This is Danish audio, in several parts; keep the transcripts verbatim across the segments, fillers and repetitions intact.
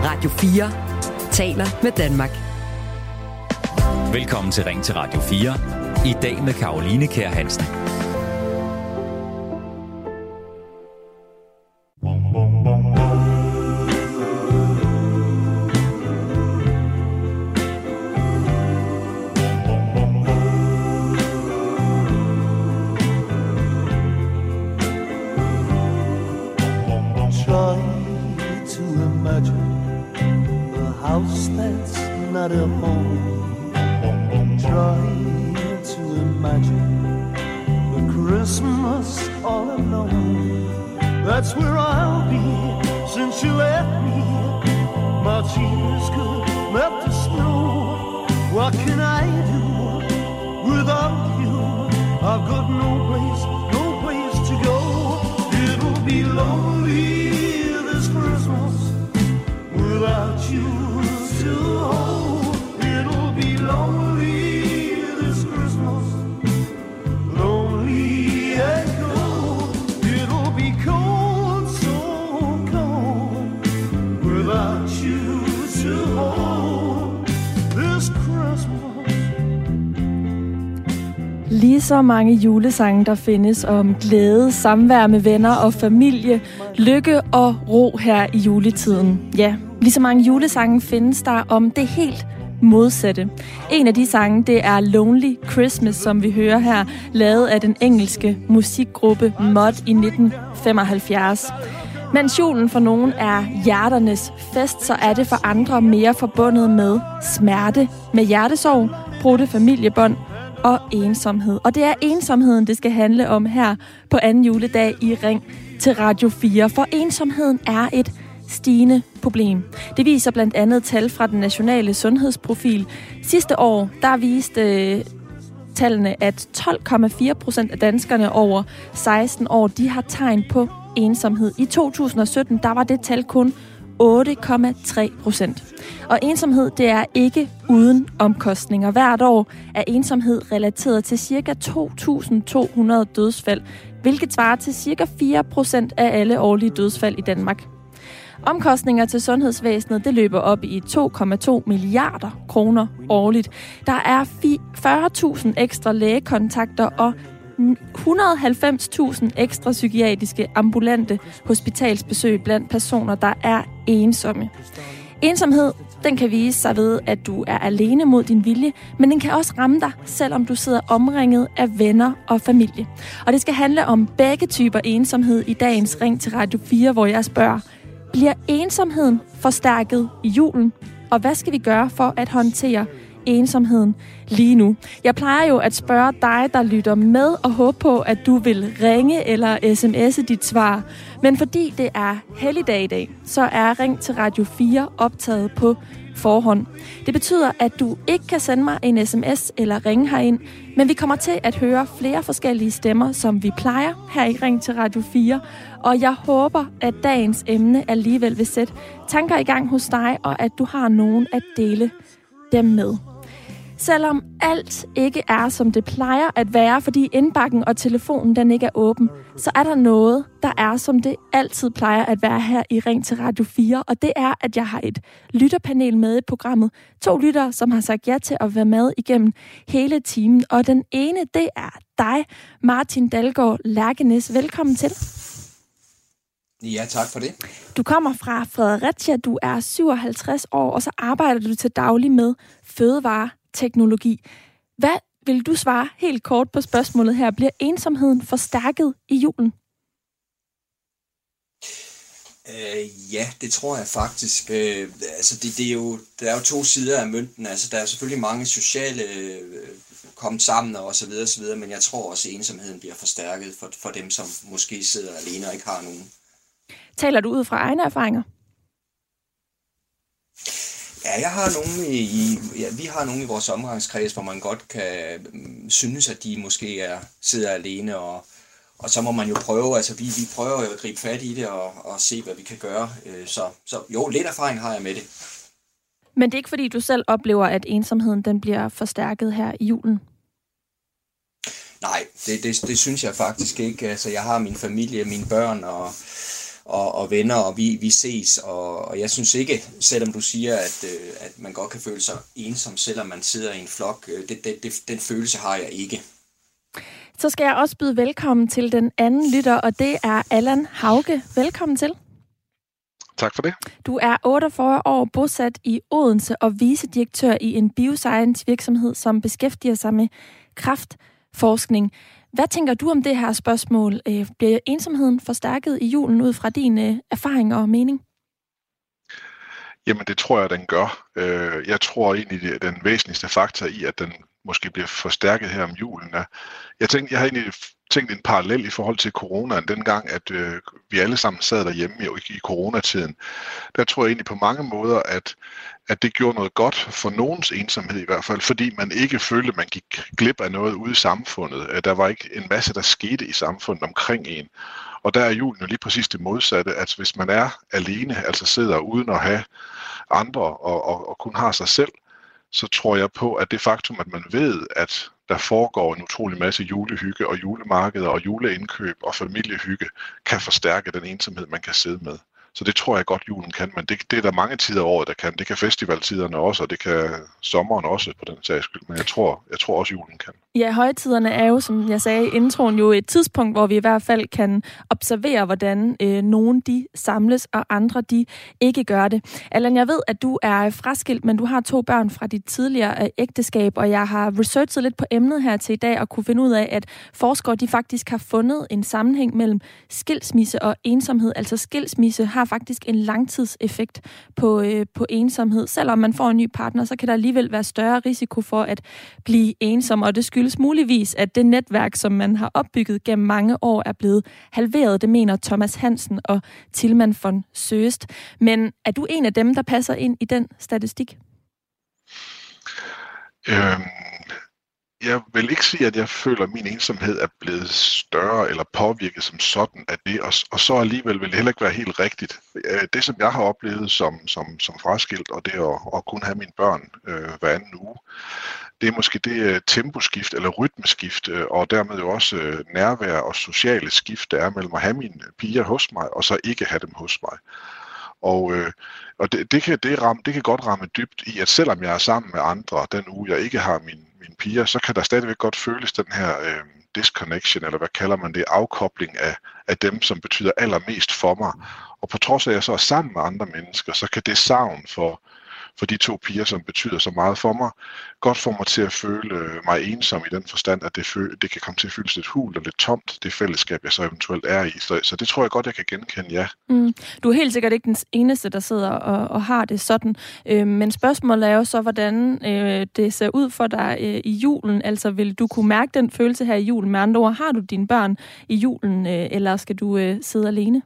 Radio fire taler med Danmark. Velkommen til Ring til Radio fire. I dag med Caroline Kjær Hansen. Not a home. Try to imagine the Christmas all alone. That's where I'll be since you left me. My tears could melt the snow. What can I do without you? I've got no place, no place to go. It'll be lonely this Christmas without you to hold. Lonely this Christmas, lonely and cold. It'll be cold, so cold, without you to hold this Christmas. Lige så mange julesange, der findes om glæde, samvær med venner og familie, lykke og ro her i juletiden. Ja, lige så mange julesange findes der om det helt modsatte. En af de sange, det er Lonely Christmas, som vi hører her, lavet af den engelske musikgruppe Mod i nitten femoghalvfjerds. Mens julen for nogen er hjerternes fest, så er det for andre mere forbundet med smerte, med hjertesorg, brudte familiebånd og ensomhed. Og det er ensomheden, det skal handle om her på anden juledag i Ring til Radio fire, for ensomheden er et stigende problem. Det viser blandt andet tal fra den nationale sundhedsprofil. Sidste år, der viste øh, tallene, at tolv komma fire procent af danskerne over seksten år, de har tegn på ensomhed. I to tusind og sytten, der var det tal kun otte komma tre procent. Og ensomhed, det er ikke uden omkostninger. Hvert år er ensomhed relateret til ca. to tusind to hundrede dødsfald, hvilket svarer til ca. fire procent af alle årlige dødsfald i Danmark. Omkostninger til sundhedsvæsenet, det løber op i to komma to milliarder kroner årligt. Der er fyrre tusind ekstra lægekontakter og et hundrede og halvfems tusind ekstra psykiatriske ambulante hospitalsbesøg blandt personer, der er ensomme. Ensomhed, den kan vise sig ved, at du er alene mod din vilje, men den kan også ramme dig, selvom du sidder omringet af venner og familie. Og det skal handle om begge typer ensomhed i dagens Ring til Radio fire, hvor jeg spørger: bliver ensomheden forstærket i julen? Og hvad skal vi gøre for at håndtere ensomheden lige nu? Jeg plejer jo at spørge dig, der lytter med, og håbe på, at du vil ringe eller sms'e dit svar. Men fordi det er helligdag i dag, så er Ring til Radio fire optaget på forhånd. Det betyder, at du ikke kan sende mig en sms eller ringe herind, men vi kommer til at høre flere forskellige stemmer, som vi plejer her i Ring til Radio fire. Og jeg håber, at dagens emne alligevel vil sætte tanker i gang hos dig, og at du har nogen at dele dem med. Selvom alt ikke er, som det plejer at være, fordi indbakken og telefonen den ikke er åben, så er der noget, der er, som det altid plejer at være her i Ring til Radio fire. Og det er, at jeg har et lytterpanel med i programmet. To lyttere, som har sagt ja til at være med igennem hele timen. Og den ene, det er dig, Martin Dalgaard Lærkenes. Velkommen til. Ja, tak for det. Du kommer fra Fredericia, du er syvoghalvtreds år, og så arbejder du til daglig med fødevareteknologi. Hvad vil du svare helt kort på spørgsmålet her? Bliver ensomheden forstærket i julen? Øh, ja, det tror jeg faktisk. Øh, altså det, det er jo, der er jo to sider af mønten. Altså der er selvfølgelig mange sociale øh, kommet sammen og så videre, så videre, men jeg tror også, at ensomheden bliver forstærket for, for dem, som måske sidder alene og ikke har nogen. Taler du ud fra egne erfaringer? Ja, jeg har nogen i, i ja, vi har nogen i vores omgangskreds, hvor man godt kan um, synes, at de måske er sidder alene, og, og så må man jo prøve, altså vi, vi prøver jo at gribe fat i det og, og se, hvad vi kan gøre. Så, så jo, lidt erfaring har jeg med det. Men det er ikke fordi, du selv oplever, at ensomheden den bliver forstærket her i julen? Nej, det, det, det synes jeg faktisk ikke. Altså, jeg har min familie, mine børn og og, og venner, og vi, vi ses, og, og jeg synes ikke, selvom du siger, at, øh, at man godt kan føle sig ensom, selvom man sidder i en flok, øh, det, det, det, den følelse har jeg ikke. Så skal jeg også byde velkommen til den anden lytter, og det er Allan Hauge. Velkommen til. Tak for det. Du er otteogfyrre år, bosat i Odense og vicedirektør i en bioscience virksomhed, som beskæftiger sig med kræftforskning. Hvad tænker du om det her spørgsmål? Bliver ensomheden forstærket i julen ud fra din erfaring og mening? Jamen det tror jeg, den gør. Jeg tror egentlig, at den væsentligste faktor i, at den måske bliver forstærket her om julen er. Jeg tænkte, jeg har egentlig tænkt en parallel i forhold til coronaen, dengang, at øh, vi alle sammen sad derhjemme jo i, i coronatiden. Der tror jeg egentlig på mange måder, at, at det gjorde noget godt for nogens ensomhed i hvert fald, fordi man ikke følte, at man gik glip af noget ude i samfundet. Der var ikke en masse, der skete i samfundet omkring en. Og der er julen jo lige præcis det modsatte, at hvis man er alene, altså sidder uden at have andre og, og, og kun har sig selv, så tror jeg på, at det faktum, at man ved, at der foregår en utrolig masse julehygge og julemarkeder og juleindkøb og familiehygge, kan forstærke den ensomhed, man kan sidde med. Så det tror jeg godt, julen kan, men det, det er der mange tider af året, der kan. Det kan festivaltiderne også, og det kan sommeren også på den sags skyld, men jeg tror, jeg tror også, julen kan. Ja, højtiderne er jo, som jeg sagde i introen, jo et tidspunkt, hvor vi i hvert fald kan observere, hvordan øh, nogen de samles, og andre de ikke gør det. Allan, jeg ved, at du er fraskilt, men du har to børn fra dit tidligere øh, ægteskab, og jeg har researchet lidt på emnet her til i dag, og kunne finde ud af, at forskere de faktisk har fundet en sammenhæng mellem skilsmisse og ensomhed. Altså skilsmisse har faktisk en langtidseffekt på, øh, på ensomhed. Selvom man får en ny partner, så kan der alligevel være større risiko for at blive ensom, og det skyldes muligvis, at det netværk, som man har opbygget gennem mange år, er blevet halveret. Det mener Thomas Hansen og Tilman von Soest. Men er du en af dem, der passer ind i den statistik? Øhm, jeg vil ikke sige, at jeg føler, at min ensomhed er blevet større eller påvirket som sådan af det, og, og så alligevel vil det heller ikke være helt rigtigt. Det, som jeg har oplevet som, som, som fraskilt, og det at, at kunne have mine børn øh, hver anden uge, det er måske det temposkift eller rytmeskift, og dermed jo også nærvær og sociale skift, der er mellem at have mine piger hos mig, og så ikke have dem hos mig. Og, øh, og det, det, kan, det, ramme, det kan godt ramme dybt i, at selvom jeg er sammen med andre den uge, jeg ikke har mine, mine piger, så kan der stadigvæk godt føles den her øh, disconnection, eller hvad kalder man det, afkobling af, af dem, som betyder allermest for mig. Og på trods af, at jeg så er sammen med andre mennesker, så kan det savn for, for de to piger, som betyder så meget for mig, godt få mig til at føle mig ensom i den forstand, at det, føle, det kan komme til at føles lidt hult og lidt tomt, det fællesskab, jeg så eventuelt er i. Så, så det tror jeg godt, jeg kan genkende, ja. Mm. Du er helt sikkert ikke den eneste, der sidder og, og har det sådan. Øh, men spørgsmålet er jo så, hvordan øh, det ser ud for dig øh, i julen. Altså, vil du kunne mærke den følelse her i julen? Med andre ord, har du dine børn i julen, øh, eller skal du øh, sidde alene?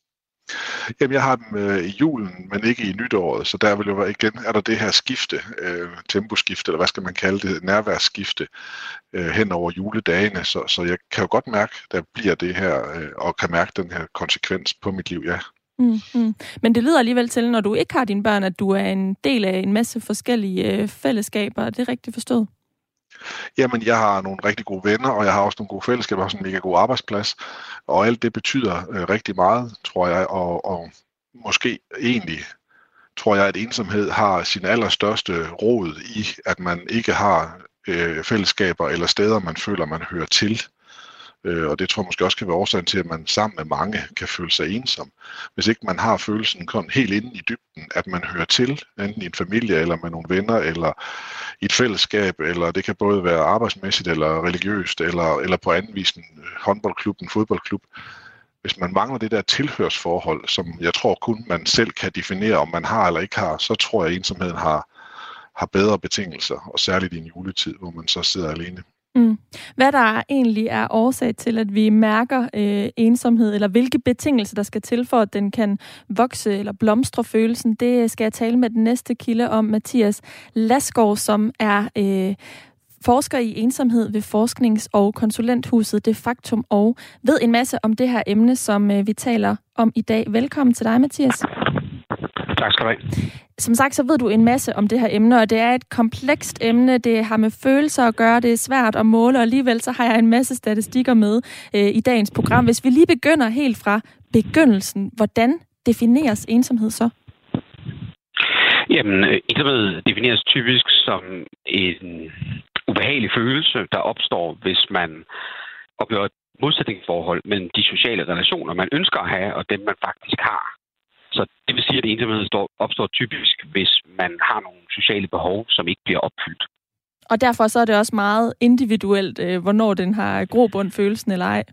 Jamen, jeg har dem øh, i julen, men ikke i nytåret, så der vil jo være igen, er der det her skifte, øh, temposkifte, eller hvad skal man kalde det, nærværsskifte øh, hen over juledagene, så, så jeg kan jo godt mærke, der bliver det her, øh, og kan mærke den her konsekvens på mit liv, ja. Mm-hmm. Men det lyder alligevel til, når du ikke har dine børn, at du er en del af en masse forskellige øh, fællesskaber, er det rigtigt forstået? Jamen, jeg har nogle rigtig gode venner, og jeg har også nogle gode fællesskaber, også en mega god arbejdsplads, og alt det betyder øh, rigtig meget, tror jeg, og, og måske egentlig tror jeg, at ensomhed har sin allerstørste rod i, at man ikke har øh, fællesskaber eller steder, man føler, man hører til. Øh, og det tror jeg måske også kan være årsagen til, at man sammen med mange kan føle sig ensom. Hvis ikke man har følelsen kun helt inde i dybden, at man hører til, enten i en familie eller med nogle venner, eller i et fællesskab, eller det kan både være arbejdsmæssigt eller religiøst, eller, eller på anden vis en håndboldklub, en fodboldklub. Hvis man mangler det der tilhørsforhold, som jeg tror kun man selv kan definere, om man har eller ikke har, så tror jeg, at ensomheden har, har bedre betingelser, og særligt i en juletid, hvor man så sidder alene. Mm. Hvad der egentlig er årsag til, at vi mærker øh, ensomhed, eller hvilke betingelser, der skal til for, at den kan vokse eller blomstre følelsen, det skal jeg tale med den næste kilde om, Mathias Lasgaard, som er øh, forsker i ensomhed ved forsknings- og konsulenthuset Det Faktum, og ved en masse om det her emne, som øh, vi taler om i dag. Velkommen til dig, Mathias. Tak skal du have. som sagt, så ved du en masse om det her emne, og det er et komplekst emne. Det har med følelser at gøre, det er svært at måle, og alligevel så har jeg en masse statistikker med øh, i dagens program. Hvis vi lige begynder helt fra begyndelsen, hvordan defineres ensomhed så? Jamen, ensomhed defineres typisk som en ubehagelig følelse, der opstår, hvis man oplever et modsætningsforhold mellem de sociale relationer, man ønsker at have, og dem, man faktisk har. Så det vil sige, at ensomhed opstår typisk, hvis man har nogle sociale behov, som ikke bliver opfyldt. Og derfor så er det også meget individuelt, øh, hvornår den har grobund følelsen eller ej.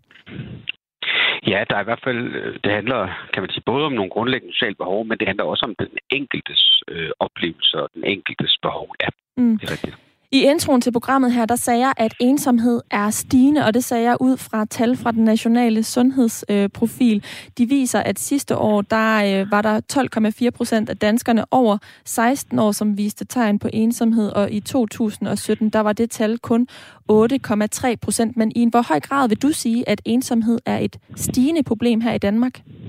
Ja, der er i hvert fald, det handler, kan man sige, både om nogle grundlæggende sociale behov, men det handler også om den enkeltes øh, oplevelse og den enkeltes behov. Ja, mm. det er rigtigt. I introen til programmet her, der sagde jeg, at ensomhed er stigende, og det sagde jeg ud fra tal fra den nationale sundhedsprofil. Øh, De viser, at sidste år, der øh, var der tolv komma fire procent af danskerne over seksten år, som viste tegn på ensomhed, og i to tusind og sytten, der var det tal kun otte komma tre procent. Men i hvor høj grad vil du sige, at ensomhed er et stigende problem her i Danmark?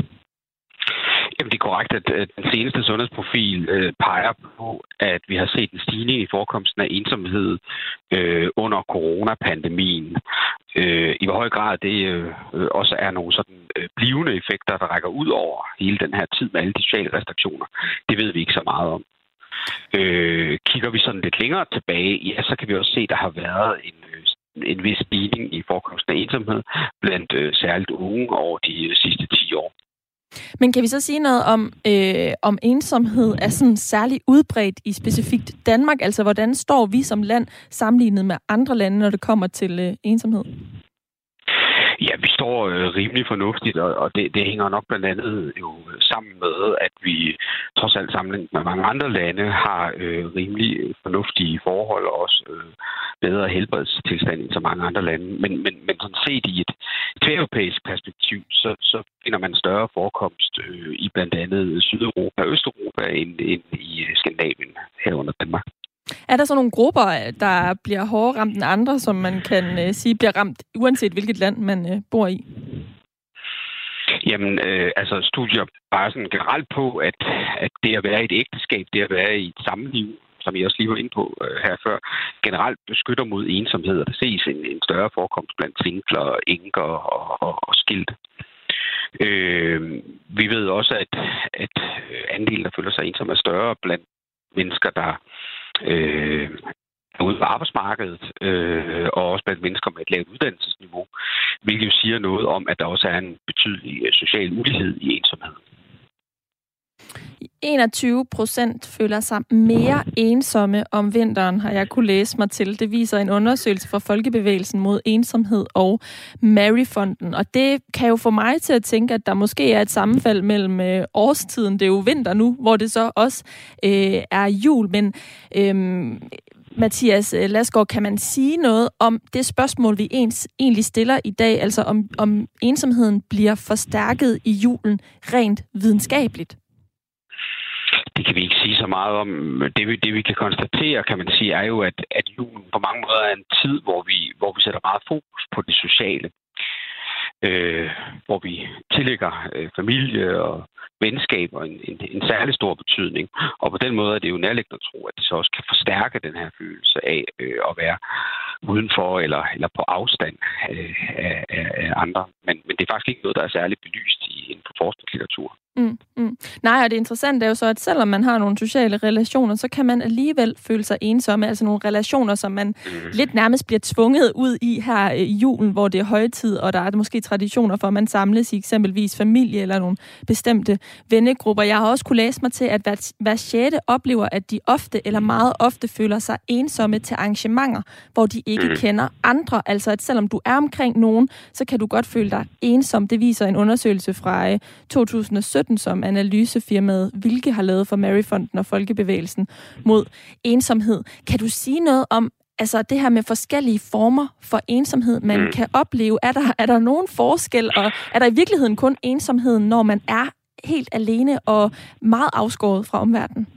Jamen, det er korrekt, at den seneste sundhedsprofil øh, peger på, at vi har set en stigning i forekomsten af ensomhed øh, under coronapandemien. Øh, I hvor høj grad det øh, også er nogle sådan øh, blivende effekter, der rækker ud over hele den her tid med alle de sociale restriktioner, det ved vi ikke så meget om. Øh, kigger vi sådan lidt længere tilbage, ja, så kan vi også se, at der har været en en vis stigning i forekomsten af ensomhed blandt øh, særligt unge over de sidste ti år. Men kan vi så sige noget om, øh, om ensomhed er sådan særlig udbredt i specifikt Danmark? Altså, hvordan står vi som land sammenlignet med andre lande, når det kommer til øh, ensomhed? Ja, vi står øh, rimelig fornuftigt, og, og det, det hænger nok blandt andet jo sammen med, at vi trods alt sammenlignet med mange andre lande har øh, rimelig fornuftige forhold og også øh, bedre helbredstilstand end så mange andre lande. Men, men, men sådan set i et tværeuropæisk perspektiv, så, så finder man større forekomst øh, i blandt andet Sydeuropa og Østeuropa end, end i Skandinavien herunder Danmark. Er der så nogle grupper, der bliver hårdere ramt end andre, som man kan øh, sige bliver ramt, uanset hvilket land man øh, bor i? Jamen, øh, altså studier bare sådan generelt på, at, at det at være i et ægteskab, det at være i et samliv, som jeg også lige var inde på øh, her før, generelt beskytter mod ensomhed, og der ses en, en større forekomst blandt singler, enker og, og, og skilte. Øh, vi ved også, at, at andelen, der føler sig ensom, er større blandt mennesker, der øh, er ude på arbejdsmarkedet, øh, og også blandt mennesker med et lavt uddannelsesniveau, hvilket jo siger noget om, at der også er en betydelig social ulighed i ensomhed. enogtyve procent føler sig mere ensomme om vinteren, har jeg kunne læse mig til. Det viser en undersøgelse fra Folkebevægelsen mod ensomhed og Maryfonden. Og det kan jo få mig til at tænke, at der måske er et sammenfald mellem øh, årstiden. Det er jo vinter nu, hvor det så også øh, er jul. Men øh, Mathias Lasgaard, kan man sige noget om det spørgsmål, vi ens, egentlig stiller i dag? Altså om, om ensomheden bliver forstærket i julen rent videnskabeligt? Det kan vi ikke sige så meget om. Det vi, det, vi kan konstatere, kan man sige, er jo, at, at julen på mange måder er en tid, hvor vi, hvor vi sætter meget fokus på det sociale. Øh, hvor vi tillægger øh, familie og venskaber en, en, en særlig stor betydning. Og på den måde er det jo nærliggende at tro, at det så også kan forstærke den her følelse af øh, at være udenfor eller, eller på afstand øh, af, af, af andre. Men, men det er faktisk ikke noget, der er særligt belyst i inden for forskningslitteratur. Mm, mm. Nej, og det interessante er jo så, at selvom man har nogle sociale relationer, så kan man alligevel føle sig ensomme. Altså nogle relationer, som man mm. lidt nærmest bliver tvunget ud i her i julen, hvor det er højtid, og der er måske traditioner for, at man samles i eksempelvis familie eller nogle bestemte vennegrupper. Jeg har også kunne læse mig til, at hver, hver sjette oplever, at de ofte eller meget ofte føler sig ensomme til arrangementer, hvor de ikke mm. kender andre. Altså at selvom du er omkring nogen, så kan du godt føle dig ensom. Det viser en undersøgelse fra øh, to tusind og sytten, som analysefirmaet Vilke har lavet for Maryfonden og Folkebevægelsen mod ensomhed. Kan du sige noget om altså det her med forskellige former for ensomhed, man mm. kan opleve? Er der, er der nogen forskel, og er der i virkeligheden kun ensomheden, når man er helt alene og meget afskåret fra omverdenen?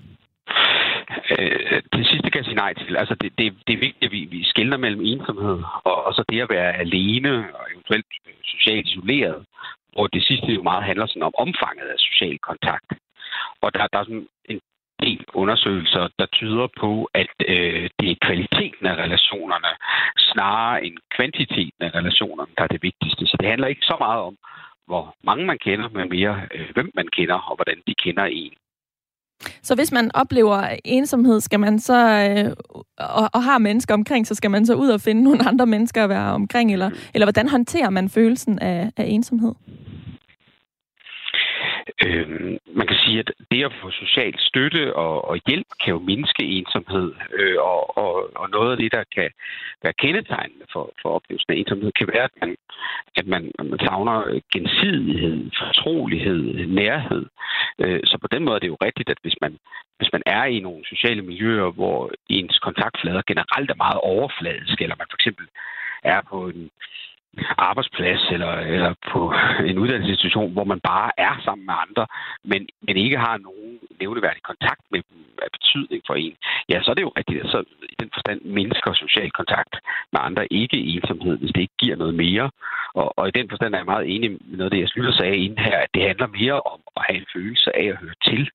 Øh, det sidste kan jeg sige nej til. Altså det, det, det er vigtigt, at vi, vi skelner mellem ensomhed og, og så det at være alene og eventuelt socialt isoleret, hvor det sidste jo meget handler sådan om omfanget af social kontakt. Og der, der er sådan en del undersøgelser, der tyder på, at øh, det er kvaliteten af relationerne, snarere end kvantiteten af relationerne, der er det vigtigste. Så det handler ikke så meget om, hvor mange man kender, men mere øh, hvem man kender, og hvordan de kender en. Så hvis man oplever ensomhed, skal man så, øh, og, og har mennesker omkring, så skal man så ud og finde nogle andre mennesker at være omkring, eller, eller hvordan håndterer man følelsen af, af ensomhed? Øhm, man kan sige, at det at få social støtte og, og hjælp kan jo mindske ensomhed, øh, og, og, og noget af det, der kan være kendetegnende for, for oplevelsen af ensomhed, kan være, at man, at man, man savner gensidighed, fortrolighed, nærhed. Øh, så på den måde er det jo rigtigt, at hvis man, hvis man er i nogle sociale miljøer, hvor ens kontaktflader generelt er meget overfladiske, eller man for eksempel er på en arbejdsplads eller, eller på en uddannelsesinstitution, hvor man bare er sammen med andre, men, men ikke har nogen nævneværdig kontakt med dem af betydning for en, ja, så er det jo rigtigt, at så i den forstand mindsker social kontakt med andre ikke ensomhed, hvis det ikke giver noget mere. Og, og i den forstand er jeg meget enig med noget af det, jeg slutter sagde inden her, at det handler mere om at have en følelse af at høre til.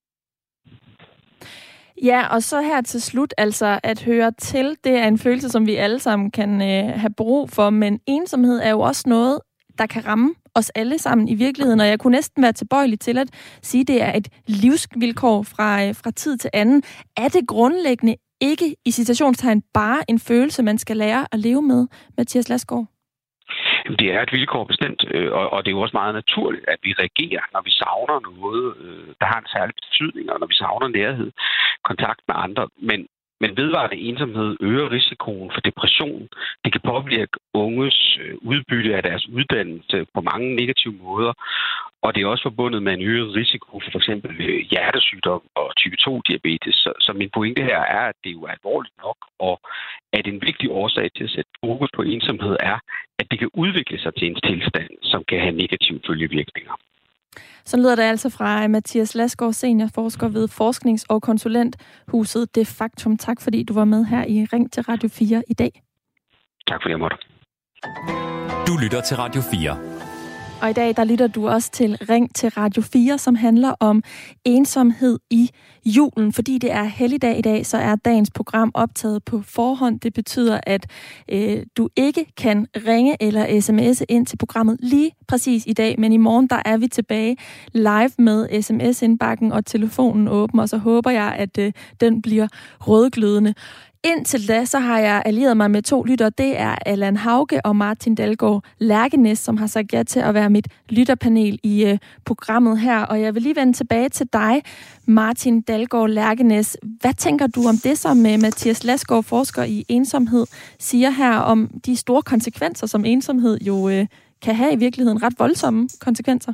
Ja, og så her til slut, altså at høre til, det er en følelse, som vi alle sammen kan øh, have brug for, men ensomhed er jo også noget, der kan ramme os alle sammen i virkeligheden, og jeg kunne næsten være tilbøjelig til at sige, at det er et livsvilkår fra, øh, fra tid til anden. Er det grundlæggende ikke i citationstegn bare en følelse, man skal lære at leve med, Mathias Lasgaard? Det er et vilkår bestemt, og det er jo også meget naturligt, at vi reagerer, når vi savner noget, der har en særlig betydning, og når vi savner nærhed, kontakt med andre. Men, men vedvarende ensomhed øger risikoen for depression. Det kan påvirke unges udbytte af deres uddannelse på mange negative måder, og det er også forbundet med en øget risiko for f.eks. hjertesygdom og type to diabetes. Så, så min pointe her er, at det jo er alvorligt nok, og at en vigtig årsag til at sætte fokus på ensomhed er, at det kan udvikle sig til en tilstand, som kan have negative følgevirkninger. Så lyder det altså fra Mathias Lasgaard, seniorforsker ved forsknings- og konsulenthuset De Factum. Tak fordi du var med her i Ring til Radio fire i dag. Tak fordi jeg måtte. Du lytter til Radio fire. Og i dag, der lytter du også til Ring til Radio fire, som handler om ensomhed i julen. Fordi det er helligdag i dag, så er dagens program optaget på forhånd. Det betyder, at øh, du ikke kan ringe eller sms'e ind til programmet lige præcis i dag. Men i morgen, der er vi tilbage live med sms-indbakken og telefonen åben. Og så håber jeg, at øh, den bliver rødglødende. Indtil da, så har jeg allieret mig med to lytter. Det er Allan Hauge og Martin Dalgaard Lærkenes, som har sagt ja til at være mit lytterpanel i uh, programmet her. Og jeg vil lige vende tilbage til dig, Martin Dalgaard Lærkenes. Hvad tænker du om det, som uh, Mathias Lasgaard, forsker i ensomhed, siger her om de store konsekvenser, som ensomhed jo uh, kan have i virkeligheden? Ret voldsomme konsekvenser.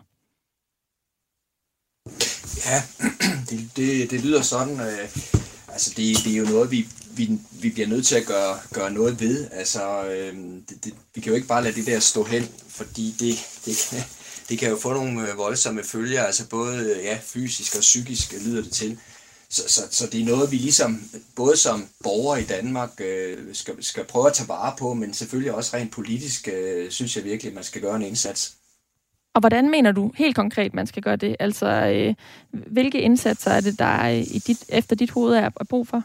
Ja, det, det, det lyder sådan... Øh, altså, det, det er jo noget, vi... Vi, vi bliver nødt til at gøre, gøre noget ved. Altså, øh, det, det, vi kan jo ikke bare lade det der stå hen, fordi det, det, kan, det kan jo få nogle voldsomme følger, altså både ja, fysisk og psykisk lyder det til. Så, så, så det er noget, vi ligesom, både som borgere i Danmark, øh, skal, skal prøve at tage vare på, men selvfølgelig også rent politisk, øh, synes jeg virkelig, at man skal gøre en indsats. Og hvordan mener du helt konkret, man skal gøre det? Altså, øh, hvilke indsatser er det, der i dit, efter dit hoved er brug for?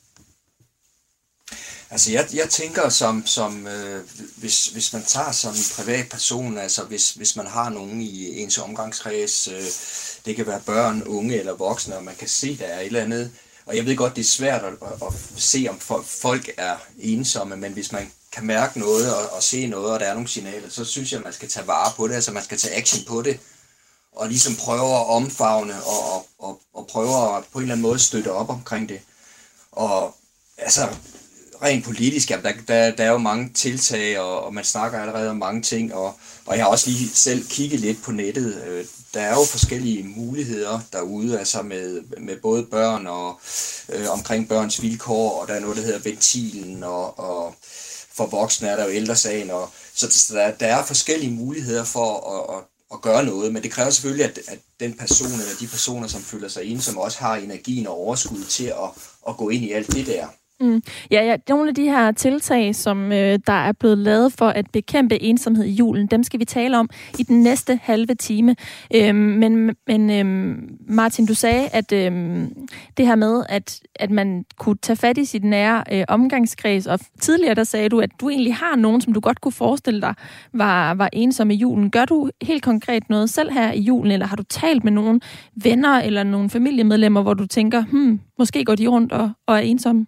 Altså jeg, jeg tænker som, som øh, hvis, hvis man tager som en privatperson, altså hvis, hvis man har nogen i ens omgangskreds, øh, det kan være børn, unge eller voksne, og man kan se, der er et eller andet, og jeg ved godt, det er svært at, at, at se, om folk er ensomme, men hvis man kan mærke noget og, og se noget, og der er nogle signaler, så synes jeg, at man skal tage vare på det, altså man skal tage action på det, og ligesom prøve at omfavne og, og, og, og prøve at på en eller anden måde støtte op omkring det. Og altså... Rent politisk, jamen, der, der, der er jo mange tiltag, og, og man snakker allerede om mange ting, og, og jeg har også lige selv kigget lidt på nettet. Øh, der er jo forskellige muligheder derude, altså med, med både børn og øh, omkring børns vilkår, og der er noget, der hedder Ventilen, og, og for voksne er der jo ældresagen, og så der, der er forskellige muligheder for at, at, at gøre noget, men det kræver selvfølgelig, at, at den person eller de personer, som føler sig ensomme, også har energien og overskud til at, at gå ind i alt det der. Mm. Ja, ja, nogle af de her tiltag, som øh, der er blevet lavet for at bekæmpe ensomhed i julen, dem skal vi tale om i den næste halve time. Øhm, men men øhm, Martin, du sagde, at øhm, det her med, at, at man kunne tage fat i sit nære øh, omgangskreds, og tidligere der sagde du, at du egentlig har nogen, som du godt kunne forestille dig var, var ensomme i julen. Gør du helt konkret noget selv her i julen, eller har du talt med nogle venner eller nogle familiemedlemmer, hvor du tænker, hmm, måske går de rundt og, og er ensomme?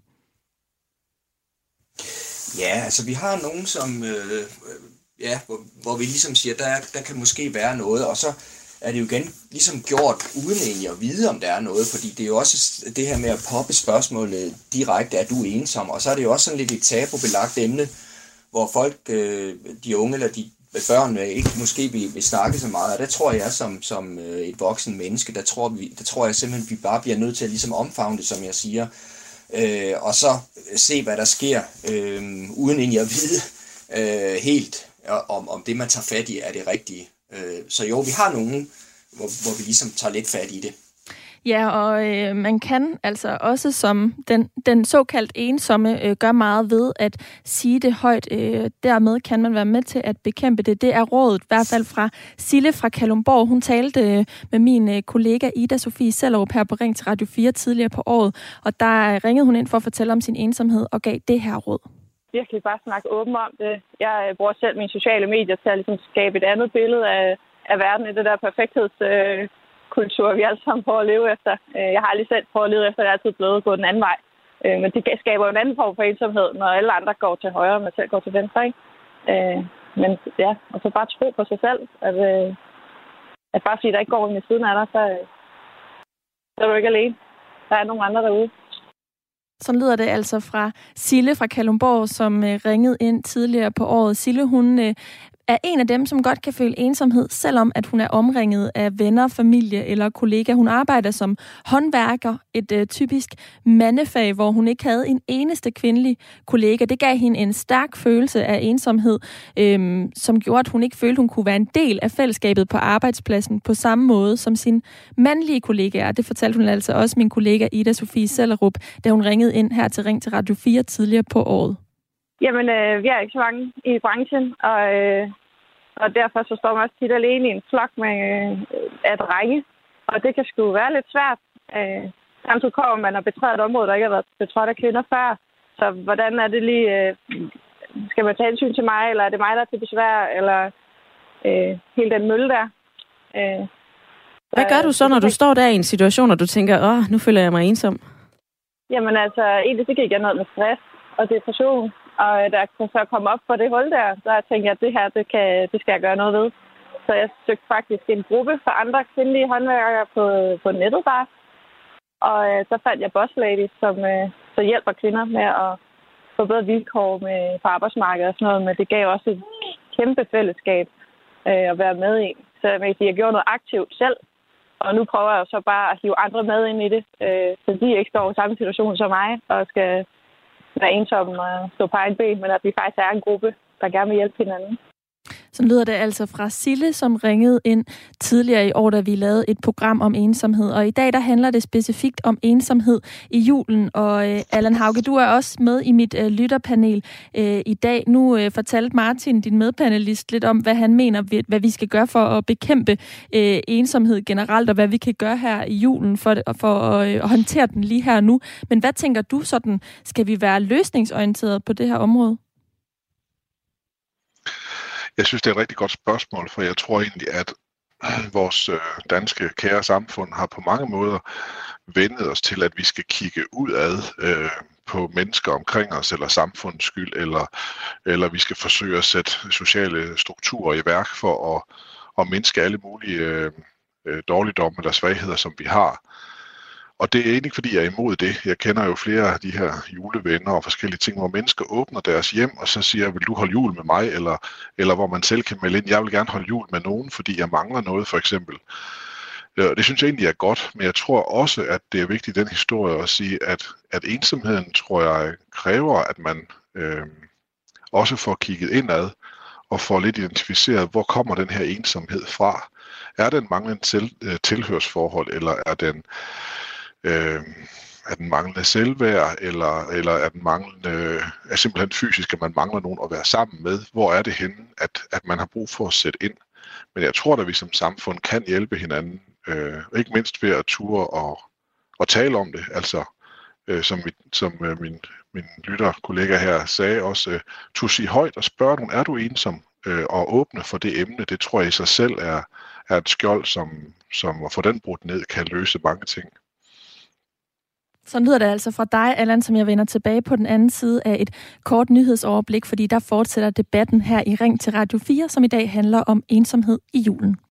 Ja, altså vi har nogen, som, øh, ja, hvor, hvor vi ligesom siger, der, der kan måske være noget, og så er det jo igen ligesom gjort uden egentlig at vide, om der er noget, fordi det er jo også det her med at poppe spørgsmålet direkte, er du ensom, og så er det jo også sådan lidt et tabubelagt emne, hvor folk, øh, de unge eller de børn, ikke måske vil, vil snakke så meget, og der tror jeg som, som et voksen menneske, der tror, vi, der tror jeg simpelthen, vi bare bliver nødt til at ligesom omfavne det, som jeg siger, Øh, og så se, hvad der sker, øh, uden egentlig at vide øh, helt, om, om det, man tager fat i, er det rigtige. Øh, så jo, vi har nogen, hvor, hvor vi ligesom tager lidt fat i det. Ja, og øh, man kan altså også som den, den såkaldt ensomme øh, gøre meget ved at sige det højt. Øh, dermed kan man være med til at bekæmpe det. Det er rådet, i hvert fald fra Sille fra Kalundborg. Hun talte øh, med min øh, kollega Ida Sofie Sellerup her på Ring til Radio fire tidligere på året. Og der ringede hun ind for at fortælle om sin ensomhed og gav det her råd. Virkelig bare snakke åbent om det. Jeg bruger selv mine sociale medier til at ligesom skabe et andet billede af, af verden i det der perfektheds... Øh kultur, vi alle sammen prøver at leve efter. Jeg har aldrig selv prøvet at leve efter, at jeg altid er blevet at gå den anden vej. Men det skaber jo en anden form for ensomhed, når alle andre går til højre, og man selv går til venstre. Ikke? Men ja, og så bare tro på sig selv, at, at bare fordi der ikke går ved siden af dig, så, så er du ikke alene. Der er nogle andre derude. Sådan lyder det altså fra Sille fra Kalundborg, som ringede ind tidligere på året. Sille, hun er en af dem, som godt kan føle ensomhed, selvom at hun er omringet af venner, familie eller kollegaer. Hun arbejder som håndværker, et uh, typisk mandefag, hvor hun ikke havde en eneste kvindelig kollega. Det gav hende en stærk følelse af ensomhed, øhm, som gjorde, at hun ikke følte, hun kunne være en del af fællesskabet på arbejdspladsen på samme måde som sine mandlige kollegaer. Det fortalte hun altså også min kollega Ida Sofie Sellerup, da hun ringede ind her til Ring til Radio fire tidligere på året. Jamen, øh, vi er ikke så mange i branchen, og, øh, og derfor så står man også tit alene i en flok med øh, af drenge, og det kan sgu være lidt svært. Øh, samtidig kommer man og betræder et område, der ikke har været betrådt af kvinder før, så hvordan er det lige, øh, skal man tage hensyn til mig, eller er det mig, der er til besvær, eller øh, hele den mølle der. Øh, Hvad gør du så, når du står der i en situation, og du tænker, åh, nu føler jeg mig ensom? Jamen altså, egentlig det gik jeg noget med stress og depression. Og der kunne så komme op for det hul der, der tænkte jeg, at det her, det, kan, det skal jeg gøre noget ved. Så jeg søgte faktisk en gruppe for andre kvindelige håndværkere på, på nettet bare. Og øh, så fandt jeg Boss Lady, som øh, så hjælper kvinder med at få bedre vilkår med, på arbejdsmarkedet og sådan noget. Men det gav også et kæmpe fællesskab øh, at være med i. Så jeg vil sige, jeg gjorde noget aktivt selv. Og nu prøver jeg jo så bare at hive andre med ind i det, øh, så de ikke står i samme situation som mig og skal være ensom og stå på egen ben, men at vi faktisk er en gruppe, der gerne vil hjælpe hinanden. Så lyder det altså fra Sille, som ringede ind tidligere i år, da vi lavede et program om ensomhed. Og i dag, der handler det specifikt om ensomhed i julen. Og øh, Allan Hauge, du er også med i mit øh, lytterpanel øh, i dag. Nu øh, fortalte Martin, din medpanelist, lidt om, hvad han mener, hvad vi skal gøre for at bekæmpe øh, ensomhed generelt, og hvad vi kan gøre her i julen for, for at, øh, at håndtere den lige her nu. Men hvad tænker du sådan, skal vi være løsningsorienteret på det her område? Jeg synes, det er et rigtig godt spørgsmål, for jeg tror egentlig, at vores danske kære samfund har på mange måder vendet os til, at vi skal kigge udad øh, på mennesker omkring os, eller samfundets skyld, eller, eller vi skal forsøge at sætte sociale strukturer i værk for at, at mindske alle mulige øh, dårligdomme eller svagheder, som vi har. Og det er egentlig ikke, fordi jeg er imod det. Jeg kender jo flere af de her julevenner og forskellige ting, hvor mennesker åbner deres hjem, og så siger, vil du holde jul med mig? Eller, eller hvor man selv kan melde ind, jeg vil gerne holde jul med nogen, fordi jeg mangler noget, for eksempel. Det synes jeg egentlig er godt, men jeg tror også, at det er vigtigt i den historie at sige, at, at ensomheden, tror jeg, kræver, at man øh, også får kigget indad og får lidt identificeret, hvor kommer den her ensomhed fra? Er den manglende til, øh, tilhørsforhold, eller er den... Øh, er den manglende selvværd, eller, eller er den manglende, er simpelthen fysisk, at man mangler nogen at være sammen med? Hvor er det henne, at, at man har brug for at sætte ind? Men jeg tror, at vi som samfund kan hjælpe hinanden, øh, ikke mindst ved at ture og, og tale om det. Altså, øh, som, mit, som øh, min, min lytterkollega her sagde også, øh, turde sige højt og spørge nogen, er du ensom? Øh, og åbne for det emne, det tror jeg i sig selv er, er et skjold, som, som at få den brudt ned, kan løse mange ting. Så lyder det altså fra dig, Allan, som jeg vender tilbage på den anden side af et kort nyhedsoverblik, fordi der fortsætter debatten her i Ring til Radio fire, som i dag handler om ensomhed i julen.